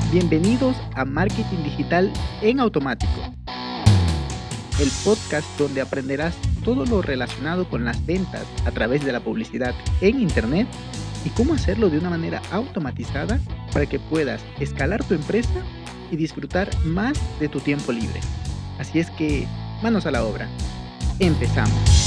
Bienvenidos a Marketing Digital en Automático, el podcast donde aprenderás todo lo relacionado con las ventas a través de la publicidad en Internet y cómo hacerlo de una manera automatizada para que puedas escalar tu empresa y disfrutar más de tu tiempo libre. Así es que, manos a la obra. Empezamos.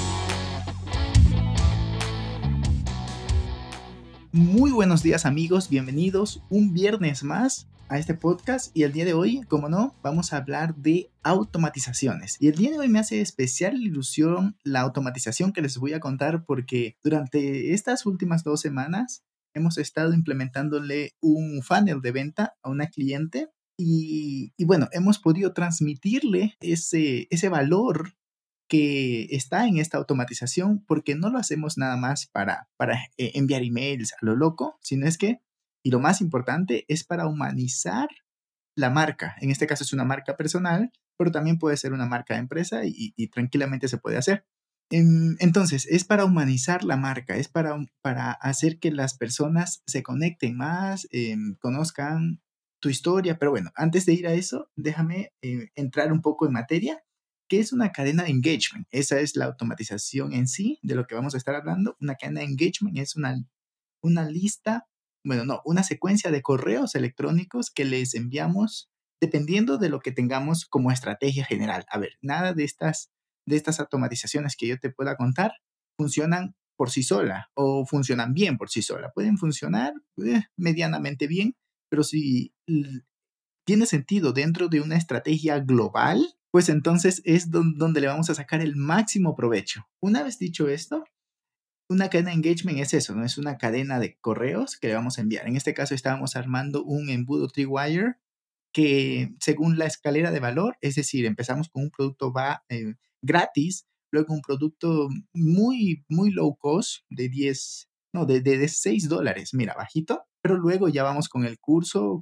Muy buenos días amigos, bienvenidos un viernes más a este podcast y el día de hoy, como no, vamos a hablar de automatizaciones. Y el día de hoy me hace especial ilusión la automatización que les voy a contar porque durante estas últimas 2 semanas hemos estado implementándole un funnel de venta a una cliente y bueno, hemos podido transmitirle ese valor que está en esta automatización porque no lo hacemos nada más para enviar emails a lo loco, sino es que, y lo más importante, es para humanizar la marca. En este caso es una marca personal, pero también puede ser una marca de empresa y tranquilamente se puede hacer. Entonces, es para humanizar la marca, es para hacer que las personas se conecten más, conozcan tu historia. Pero bueno, antes de ir a eso, déjame entrar un poco en materia. ¿Qué es una cadena de engagement? Esa es la automatización en sí de lo que vamos a estar hablando. Una cadena de engagement es una lista, bueno, no, una secuencia de correos electrónicos que les enviamos dependiendo de lo que tengamos como estrategia general. A ver, nada de estas automatizaciones que yo te pueda contar funcionan por sí sola o funcionan bien por sí sola. Pueden funcionar medianamente bien, pero si tiene sentido dentro de una estrategia global, pues entonces es donde le vamos a sacar el máximo provecho. Una vez dicho esto, una cadena de engagement es eso, ¿no? Es una cadena de correos que le vamos a enviar. En este caso estábamos armando un embudo Tree-Wire que según la escalera de valor, es decir, empezamos con un producto gratis, luego un producto muy low cost de 10, no, de $6, mira, bajito, pero luego ya vamos con el curso,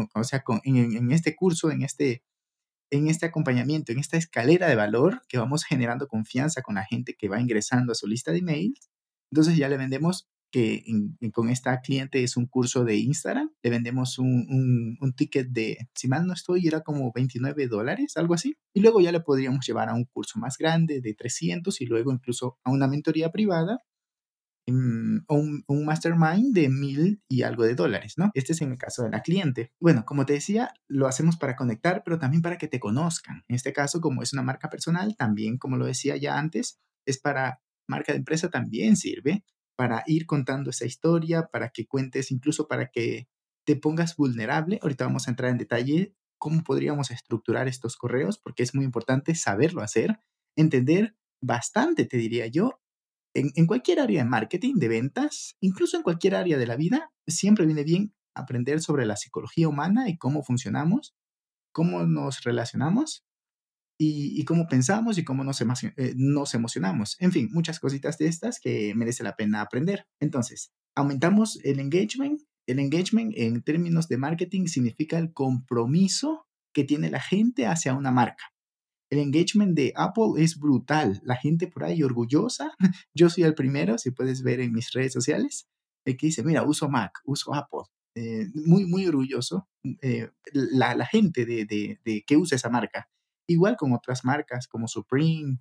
en este curso, en este acompañamiento, en esta escalera de valor que vamos generando confianza con la gente que va ingresando a su lista de emails. Entonces ya le vendemos que con esta cliente es un curso de Instagram, le vendemos un ticket de, si mal no estoy, era como $29, algo así. Y luego ya le podríamos llevar a un curso más grande de 300 y luego incluso a una mentoría privada o un mastermind de 1,000 y algo de dólares, ¿no? Este es en el caso de la cliente. Bueno, como te decía, lo hacemos para conectar, pero también para que te conozcan. En este caso, como es una marca personal, también, como lo decía ya antes, es para marca de empresa, también sirve para ir contando esa historia, para que cuentes, incluso para que te pongas vulnerable. Ahorita vamos a entrar en detalle cómo podríamos estructurar estos correos, porque es muy importante saberlo hacer, entender bastante, te diría yo, en cualquier área de marketing, de ventas, incluso en cualquier área de la vida, siempre viene bien aprender sobre la psicología humana y cómo funcionamos, cómo nos relacionamos y cómo pensamos y cómo nos emocionamos. En fin, muchas cositas de estas que merece la pena aprender. Entonces, aumentamos el engagement. El engagement en términos de marketing significa el compromiso que tiene la gente hacia una marca. El engagement de Apple es brutal. La gente por ahí orgullosa. Yo soy el primero, si puedes ver en mis redes sociales, el que dice, mira, uso Mac, uso Apple. Muy orgulloso la gente de que usa esa marca. Igual con otras marcas como Supreme,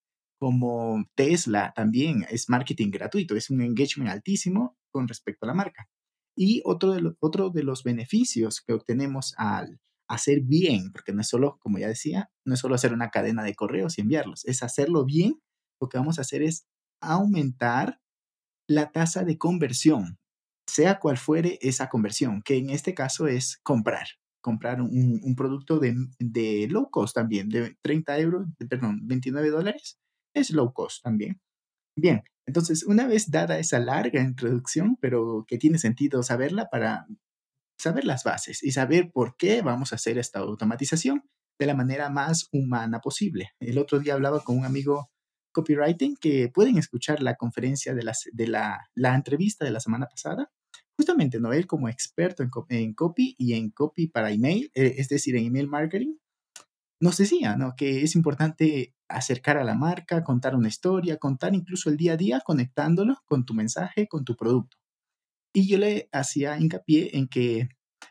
como Tesla también. Es marketing gratuito, es un engagement altísimo con respecto a la marca. Y otro de los beneficios que obtenemos al hacer bien, porque no es solo, como ya decía, no es solo hacer una cadena de correos y enviarlos, es hacerlo bien. Lo que vamos a hacer es aumentar la tasa de conversión, sea cual fuere esa conversión, que en este caso es comprar un producto de low cost también, de 30 euros, perdón, $29, es low cost también. Bien, entonces una vez dada esa larga introducción, pero que tiene sentido saberla para saber las bases y saber por qué vamos a hacer esta automatización de la manera más humana posible. El otro día hablaba con un amigo copywriting que pueden escuchar la conferencia la entrevista de la semana pasada. Justamente, ¿no? Él como experto en copy y en copy para email, es decir, en email marketing, nos decía, ¿no? Que es importante acercar a la marca, contar una historia, contar incluso el día a día, conectándolo con tu mensaje, con tu producto. Y yo le hacía hincapié en que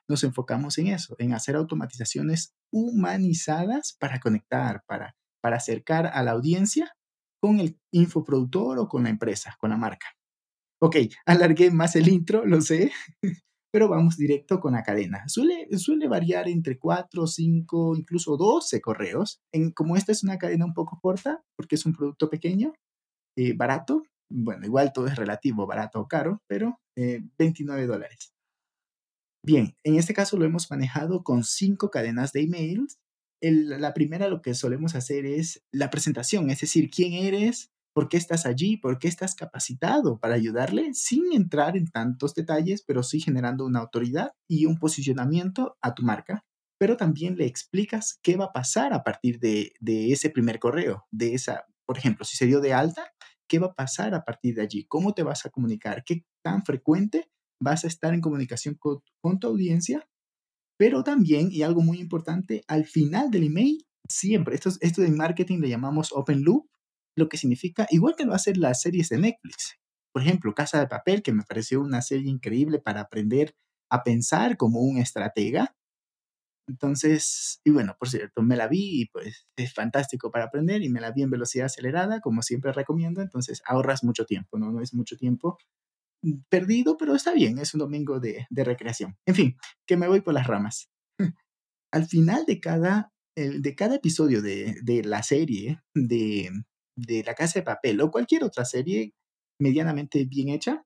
nos enfocamos en eso, en hacer automatizaciones humanizadas para conectar, para acercar a la audiencia con el infoproductor o con la empresa, con la marca. Ok, alargué más el intro, lo sé, pero vamos directo con la cadena. Suele variar entre 4, 5, incluso 12 correos. Como esta es una cadena un poco corta, porque es un producto pequeño, barato, bueno, igual todo es relativo, barato o caro, pero $29. Bien, en este caso lo hemos manejado con 5 cadenas de emails. La primera lo que solemos hacer es la presentación, es decir, quién eres, por qué estás allí, por qué estás capacitado para ayudarle, sin entrar en tantos detalles, pero sí generando una autoridad y un posicionamiento a tu marca. Pero también le explicas qué va a pasar a partir de ese primer correo, de esa, por ejemplo, si se dio de alta, qué va a pasar a partir de allí, cómo te vas a comunicar, qué tan frecuente vas a estar en comunicación con tu audiencia, pero también, y algo muy importante, al final del email, siempre, esto en marketing le llamamos open loop, lo que significa, igual que lo hacen las series de Netflix. Por ejemplo, Casa de Papel, que me pareció una serie increíble para aprender a pensar como un estratega. Entonces, y bueno, por cierto, me la vi y pues es fantástico para aprender y me la vi en velocidad acelerada, como siempre recomiendo, entonces ahorras mucho tiempo, ¿no? No es mucho tiempo perdido, pero está bien, es un domingo de recreación. En fin, que me voy por las ramas. Al final de cada episodio de la serie de La Casa de Papel o cualquier otra serie medianamente bien hecha,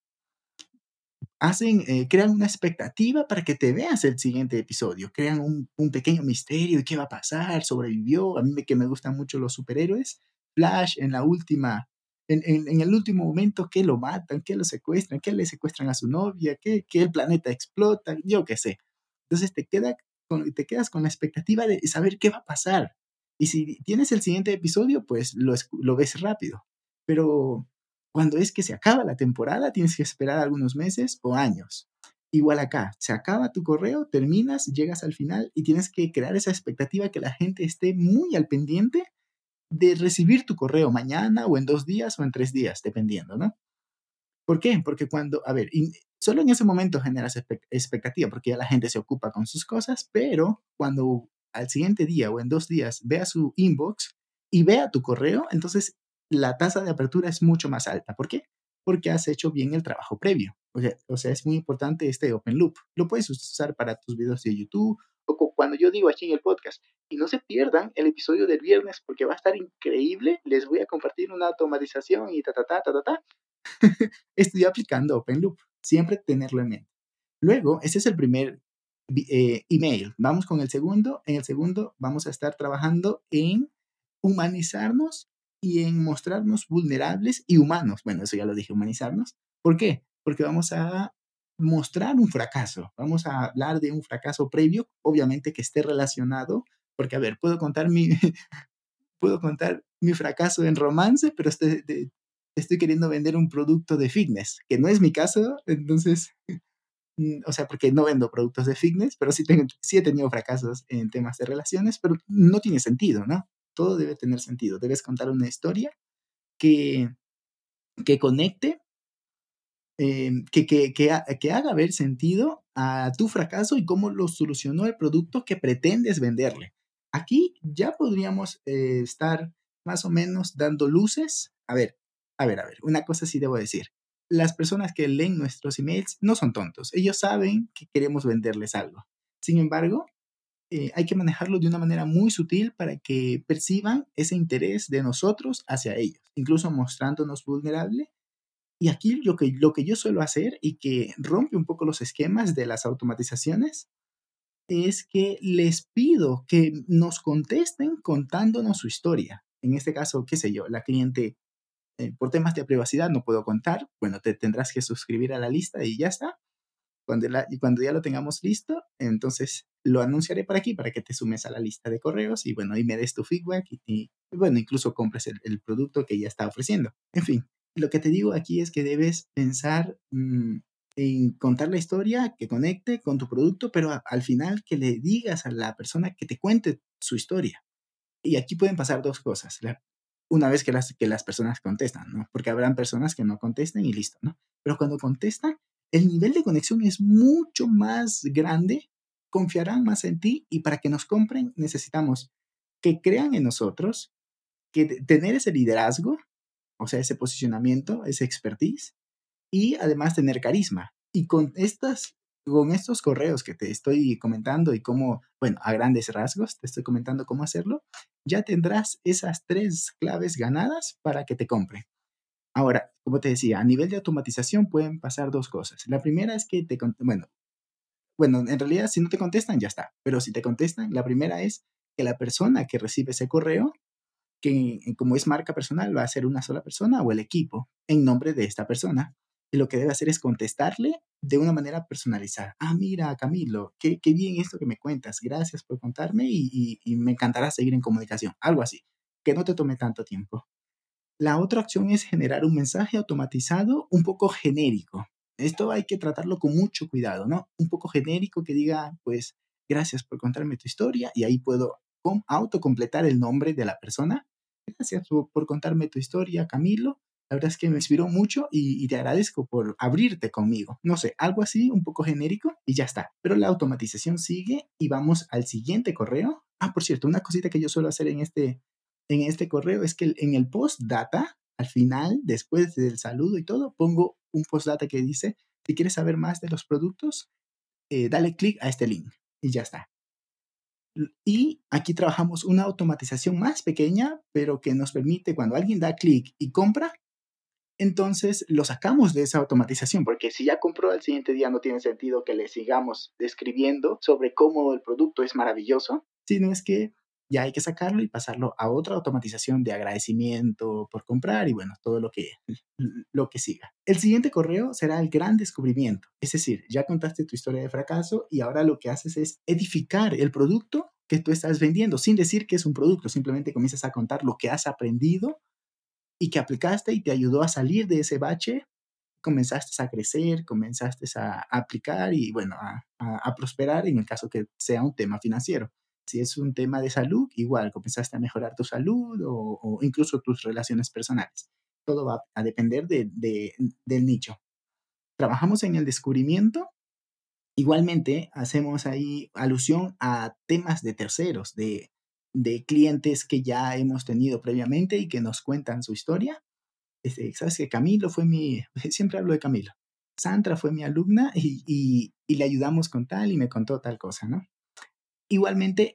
crean una expectativa para que te veas el siguiente episodio, crean un pequeño misterio de qué va a pasar, sobrevivió, a mí que me gustan mucho los superhéroes, Flash en el último momento, que lo matan, que lo secuestran, que le secuestran a su novia, que el planeta explota, yo qué sé. Entonces te quedas con la expectativa de saber qué va a pasar. Y si tienes el siguiente episodio, pues lo ves rápido. Pero cuando es que se acaba la temporada, tienes que esperar algunos meses o años. Igual acá, se acaba tu correo, terminas, llegas al final y tienes que crear esa expectativa que la gente esté muy al pendiente de recibir tu correo mañana o en 2 días o en 3 días, dependiendo, ¿no? ¿Por qué? Porque solo en ese momento generas expectativa, porque ya la gente se ocupa con sus cosas, pero cuando al siguiente día o en 2 días vea su inbox y vea tu correo, entonces la tasa de apertura es mucho más alta. ¿Por qué? Porque has hecho bien el trabajo previo. O sea, es muy importante este open loop. Lo puedes usar para tus videos de YouTube o cuando yo digo aquí en el podcast. Y no se pierdan el episodio del viernes porque va a estar increíble. Les voy a compartir una automatización y ta, ta, ta, ta, ta, ta. Estoy aplicando Open Loop. Siempre tenerlo en mente. Luego, ese es el primer email. Vamos con el segundo. En el segundo vamos a estar trabajando en humanizarnos y en mostrarnos vulnerables y humanos. Bueno, eso ya lo dije, humanizarnos. ¿Por qué? Porque vamos a mostrar un fracaso. Vamos a hablar de un fracaso previo, obviamente que esté relacionado, porque a ver, puedo contar mi fracaso en romance, pero estoy queriendo vender un producto de fitness, que no es mi caso, entonces, o sea, porque no vendo productos de fitness, pero sí he tenido fracasos en temas de relaciones, pero no tiene sentido, ¿no? Todo debe tener sentido. Debes contar una historia que, que conecte, que haga ver sentido a tu fracaso y cómo lo solucionó el producto que pretendes venderle. Aquí ya podríamos estar más o menos dando luces. A ver, una cosa sí debo decir. Las personas que leen nuestros emails no son tontos. Ellos saben que queremos venderles algo. Sin embargo, hay que manejarlo de una manera muy sutil para que perciban ese interés de nosotros hacia ellos, incluso mostrándonos vulnerable. Y aquí lo que yo suelo hacer y que rompe un poco los esquemas de las automatizaciones es que les pido que nos contesten contándonos su historia. En este caso, qué sé yo, la cliente, por temas de privacidad no puedo contar, bueno, te tendrás que suscribir a la lista y ya está. Y cuando ya lo tengamos listo, entonces lo anunciaré por aquí para que te sumes a la lista de correos y bueno, y me des tu feedback y bueno, incluso compres el producto que ya está ofreciendo. En fin, lo que te digo aquí es que debes pensar en contar la historia que conecte con tu producto, pero al final que le digas a la persona que te cuente su historia. Y aquí pueden pasar dos cosas. Una vez que las personas contestan, ¿no? Porque habrán personas que no contesten y listo, ¿no? Pero cuando contestan, el nivel de conexión es mucho más grande, confiarán más en ti y para que nos compren necesitamos que crean en nosotros, que tener ese liderazgo, o sea, ese posicionamiento, ese expertise y además tener carisma. Y con estos correos que te estoy comentando y cómo, bueno, a grandes rasgos te estoy comentando cómo hacerlo, ya tendrás esas 3 claves ganadas para que te compren. Ahora, como te decía, a nivel de automatización pueden pasar 2 cosas. La primera es que bueno, en realidad si no te contestan ya está, pero si te contestan, la primera es que la persona que recibe ese correo, que como es marca personal, va a ser una sola persona o el equipo en nombre de esta persona. Y lo que debe hacer es contestarle de una manera personalizada. Ah, mira, Camilo, qué bien esto que me cuentas. Gracias por contarme y me encantará seguir en comunicación. Algo así, que no te tome tanto tiempo. La otra opción es generar un mensaje automatizado un poco genérico. Esto hay que tratarlo con mucho cuidado, ¿no? Un poco genérico que diga, pues, gracias por contarme tu historia y ahí puedo autocompletar el nombre de la persona. Gracias por contarme tu historia, Camilo. La verdad es que me inspiró mucho y te agradezco por abrirte conmigo. No sé, algo así, un poco genérico y ya está. Pero la automatización sigue y vamos al siguiente correo. Ah, por cierto, una cosita que yo suelo hacer en este correo es que en el postdata, al final, después del saludo y todo, pongo un postdata que dice, si quieres saber más de los productos, dale clic a este link y ya está. Y aquí trabajamos una automatización más pequeña, pero que nos permite cuando alguien da clic y compra, entonces lo sacamos de esa automatización, porque si ya compró al siguiente día no tiene sentido que le sigamos describiendo sobre cómo el producto es maravilloso, sino es que ya hay que sacarlo y pasarlo a otra automatización de agradecimiento por comprar y bueno, todo lo que siga. El siguiente correo será el gran descubrimiento, es decir, ya contaste tu historia de fracaso y ahora lo que haces es edificar el producto que tú estás vendiendo, sin decir que es un producto, simplemente comienzas a contar lo que has aprendido y que aplicaste y te ayudó a salir de ese bache, comenzaste a crecer, comenzaste a aplicar y bueno, a prosperar en el caso que sea un tema financiero. Si es un tema de salud, igual comenzaste a mejorar tu salud o incluso tus relaciones personales. Todo va a depender del nicho. Trabajamos en el descubrimiento. Igualmente, hacemos ahí alusión a temas de terceros, de clientes que ya hemos tenido previamente y que nos cuentan su historia. Sabes que Camilo fue siempre hablo de Camilo. Sandra fue mi alumna y le ayudamos con tal y me contó tal cosa, ¿no? Igualmente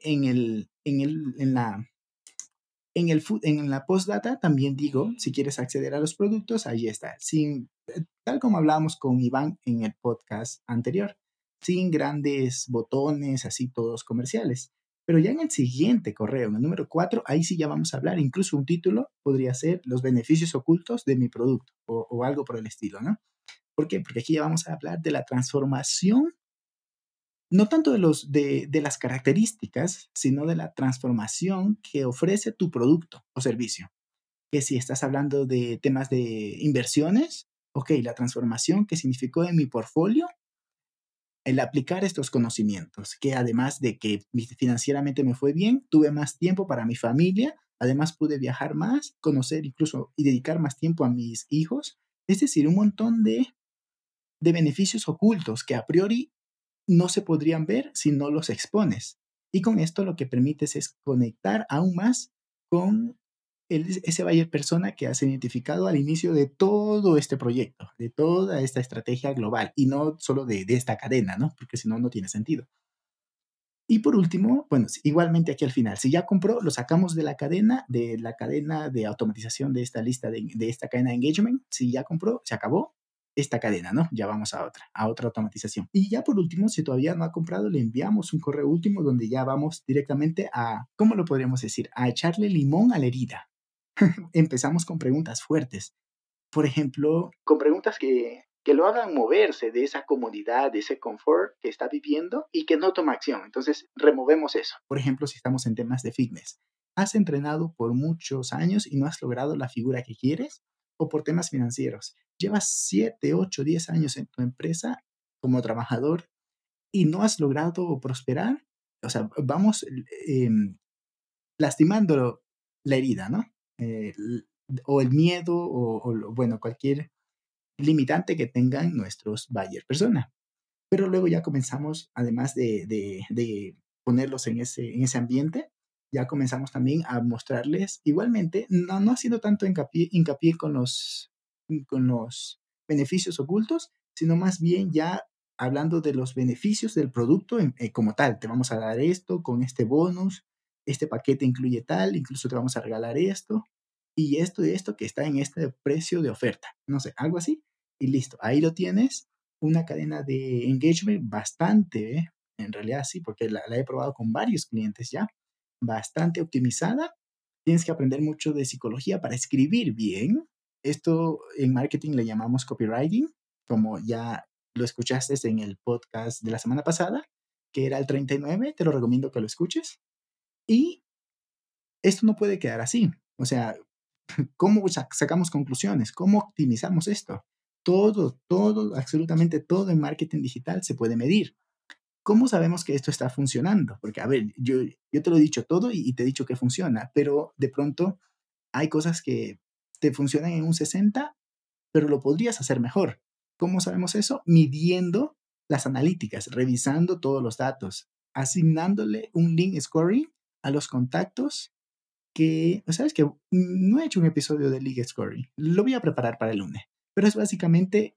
en la postdata también digo, si quieres acceder a los productos, ahí está, tal como hablábamos con Iván en el podcast anterior, sin grandes botones, así todos comerciales. Pero ya en el siguiente correo, en el número 4, ahí sí ya vamos a hablar, incluso un título podría ser los beneficios ocultos de mi producto o algo por el estilo, ¿no? ¿Por qué? Porque aquí ya vamos a hablar de la transformación, no tanto de las características, sino de la transformación que ofrece tu producto o servicio. Que si estás hablando de temas de inversiones, ok, la transformación que significó en mi portfolio el aplicar estos conocimientos, que además de que financieramente me fue bien, tuve más tiempo para mi familia, además pude viajar más, conocer incluso y dedicar más tiempo a mis hijos, es decir, un montón de beneficios ocultos que a priori no se podrían ver si no los expones. Y con esto lo que permites es conectar aún más con ese buyer persona que has identificado al inicio de todo este proyecto, de toda esta estrategia global y no solo de esta cadena, ¿no? Porque si no, no tiene sentido. Y por último, bueno, igualmente aquí al final, si ya compró, lo sacamos de la cadena de automatización de esta lista, de esta cadena de engagement. Si ya compró, se acabó esta cadena, ¿no? Ya vamos a otra automatización. Y ya por último, si todavía no ha comprado, le enviamos un correo último donde ya vamos directamente ¿cómo lo podríamos decir? A echarle limón a la herida. Empezamos con preguntas fuertes. Por ejemplo, con preguntas que lo hagan moverse de esa comodidad, de ese confort que está viviendo y que no toma acción. Entonces, removemos eso. Por ejemplo, si estamos en temas de fitness, ¿has entrenado por muchos años y no has logrado la figura que quieres? O por temas financieros, llevas 7, 8, 10 años en tu empresa como trabajador y no has logrado prosperar. O sea, vamos lastimando la herida, ¿no? O el miedo bueno, cualquier limitante que tengan nuestros buyer persona. Pero luego ya comenzamos, además de ponerlos en ese ambiente, ya comenzamos también a mostrarles igualmente, no haciendo tanto hincapié con los beneficios ocultos, sino más bien ya hablando de los beneficios del producto como tal. Te vamos a dar esto con este bonus, este paquete incluye tal, incluso te vamos a regalar esto y esto que está en este precio de oferta. No sé, algo así. Y listo, ahí lo tienes. Una cadena de engagement bastante, en realidad sí, porque la he probado con varios clientes ya, bastante optimizada. Tienes que aprender mucho de psicología para escribir bien. Esto en marketing le llamamos copywriting, como ya lo escuchaste en el podcast de la semana pasada, que era el 39, te lo recomiendo que lo escuches. Y esto no puede quedar así. O sea, ¿cómo sacamos conclusiones? ¿Cómo optimizamos esto? Todo, absolutamente todo en marketing digital se puede medir. ¿Cómo sabemos que esto está funcionando? Porque, a ver, yo te lo he dicho todo y te he dicho que funciona, pero de pronto hay cosas que te funcionan en un 60, pero lo podrías hacer mejor. ¿Cómo sabemos eso? Midiendo las analíticas, revisando todos los datos, asignándole un link scoring a los contactos que, ¿sabes qué? No he hecho un episodio de League Scoring. Lo voy a preparar para el lunes. Pero es básicamente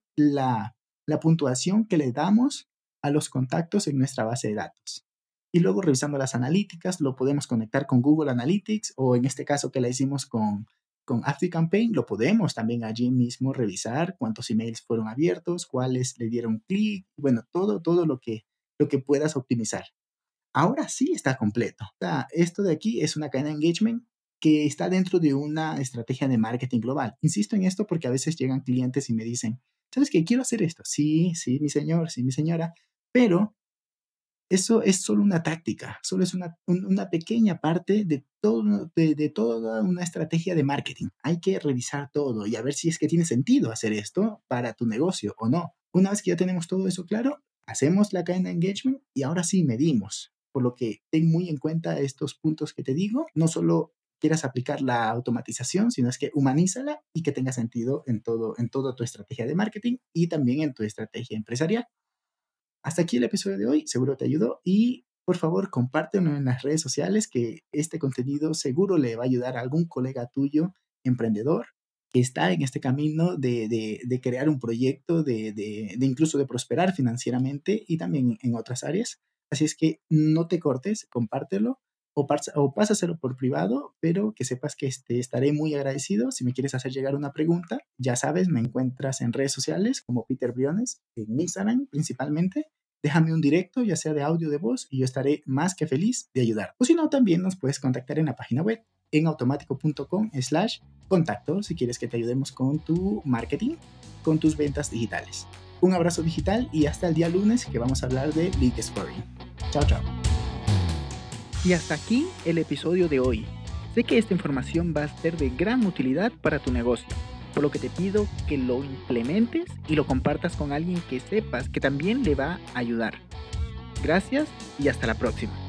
la puntuación que le damos a los contactos en nuestra base de datos. Y luego revisando las analíticas, lo podemos conectar con Google Analytics o en este caso que la hicimos con ActiveCampaign, lo podemos también allí mismo revisar cuántos emails fueron abiertos, cuáles le dieron clic, bueno, todo lo que puedas optimizar. Ahora sí está completo. O sea, esto de aquí es una cadena de engagement que está dentro de una estrategia de marketing global. Insisto en esto porque a veces llegan clientes y me dicen, ¿sabes qué? Quiero hacer esto. Sí, mi señor, sí, mi señora, pero eso es solo una táctica, solo es una pequeña parte de toda una estrategia de marketing. Hay que revisar todo y a ver si es que tiene sentido hacer esto para tu negocio o no. Una vez que ya tenemos todo eso claro, hacemos la cadena de engagement y ahora sí medimos. Por lo que ten muy en cuenta estos puntos que te digo. No solo quieras aplicar la automatización, sino es que humanízala y que tenga sentido en toda tu estrategia de marketing y también en tu estrategia empresarial. Hasta aquí el episodio de hoy, seguro te ayudó y por favor compártelo en las redes sociales que este contenido seguro le va a ayudar a algún colega tuyo emprendedor que está en este camino de crear un proyecto, de incluso de prosperar financieramente y también en otras áreas. Así es que no te cortes, compártelo o pásaselo por privado, pero que sepas que estaré muy agradecido. Si me quieres hacer llegar una pregunta, ya sabes, me encuentras en redes sociales como Peter Briones, en Instagram principalmente. Déjame un directo, ya sea de audio o de voz, y yo estaré más que feliz de ayudar. O si no, también nos puedes contactar en la página web en automático.com/contacto si quieres que te ayudemos con tu marketing, con tus ventas digitales. Un abrazo digital y hasta el día lunes que vamos a hablar de Lead Scoring. Chao, chao. Y hasta aquí el episodio de hoy. Sé que esta información va a ser de gran utilidad para tu negocio, por lo que te pido que lo implementes y lo compartas con alguien que sepas que también le va a ayudar. Gracias y hasta la próxima.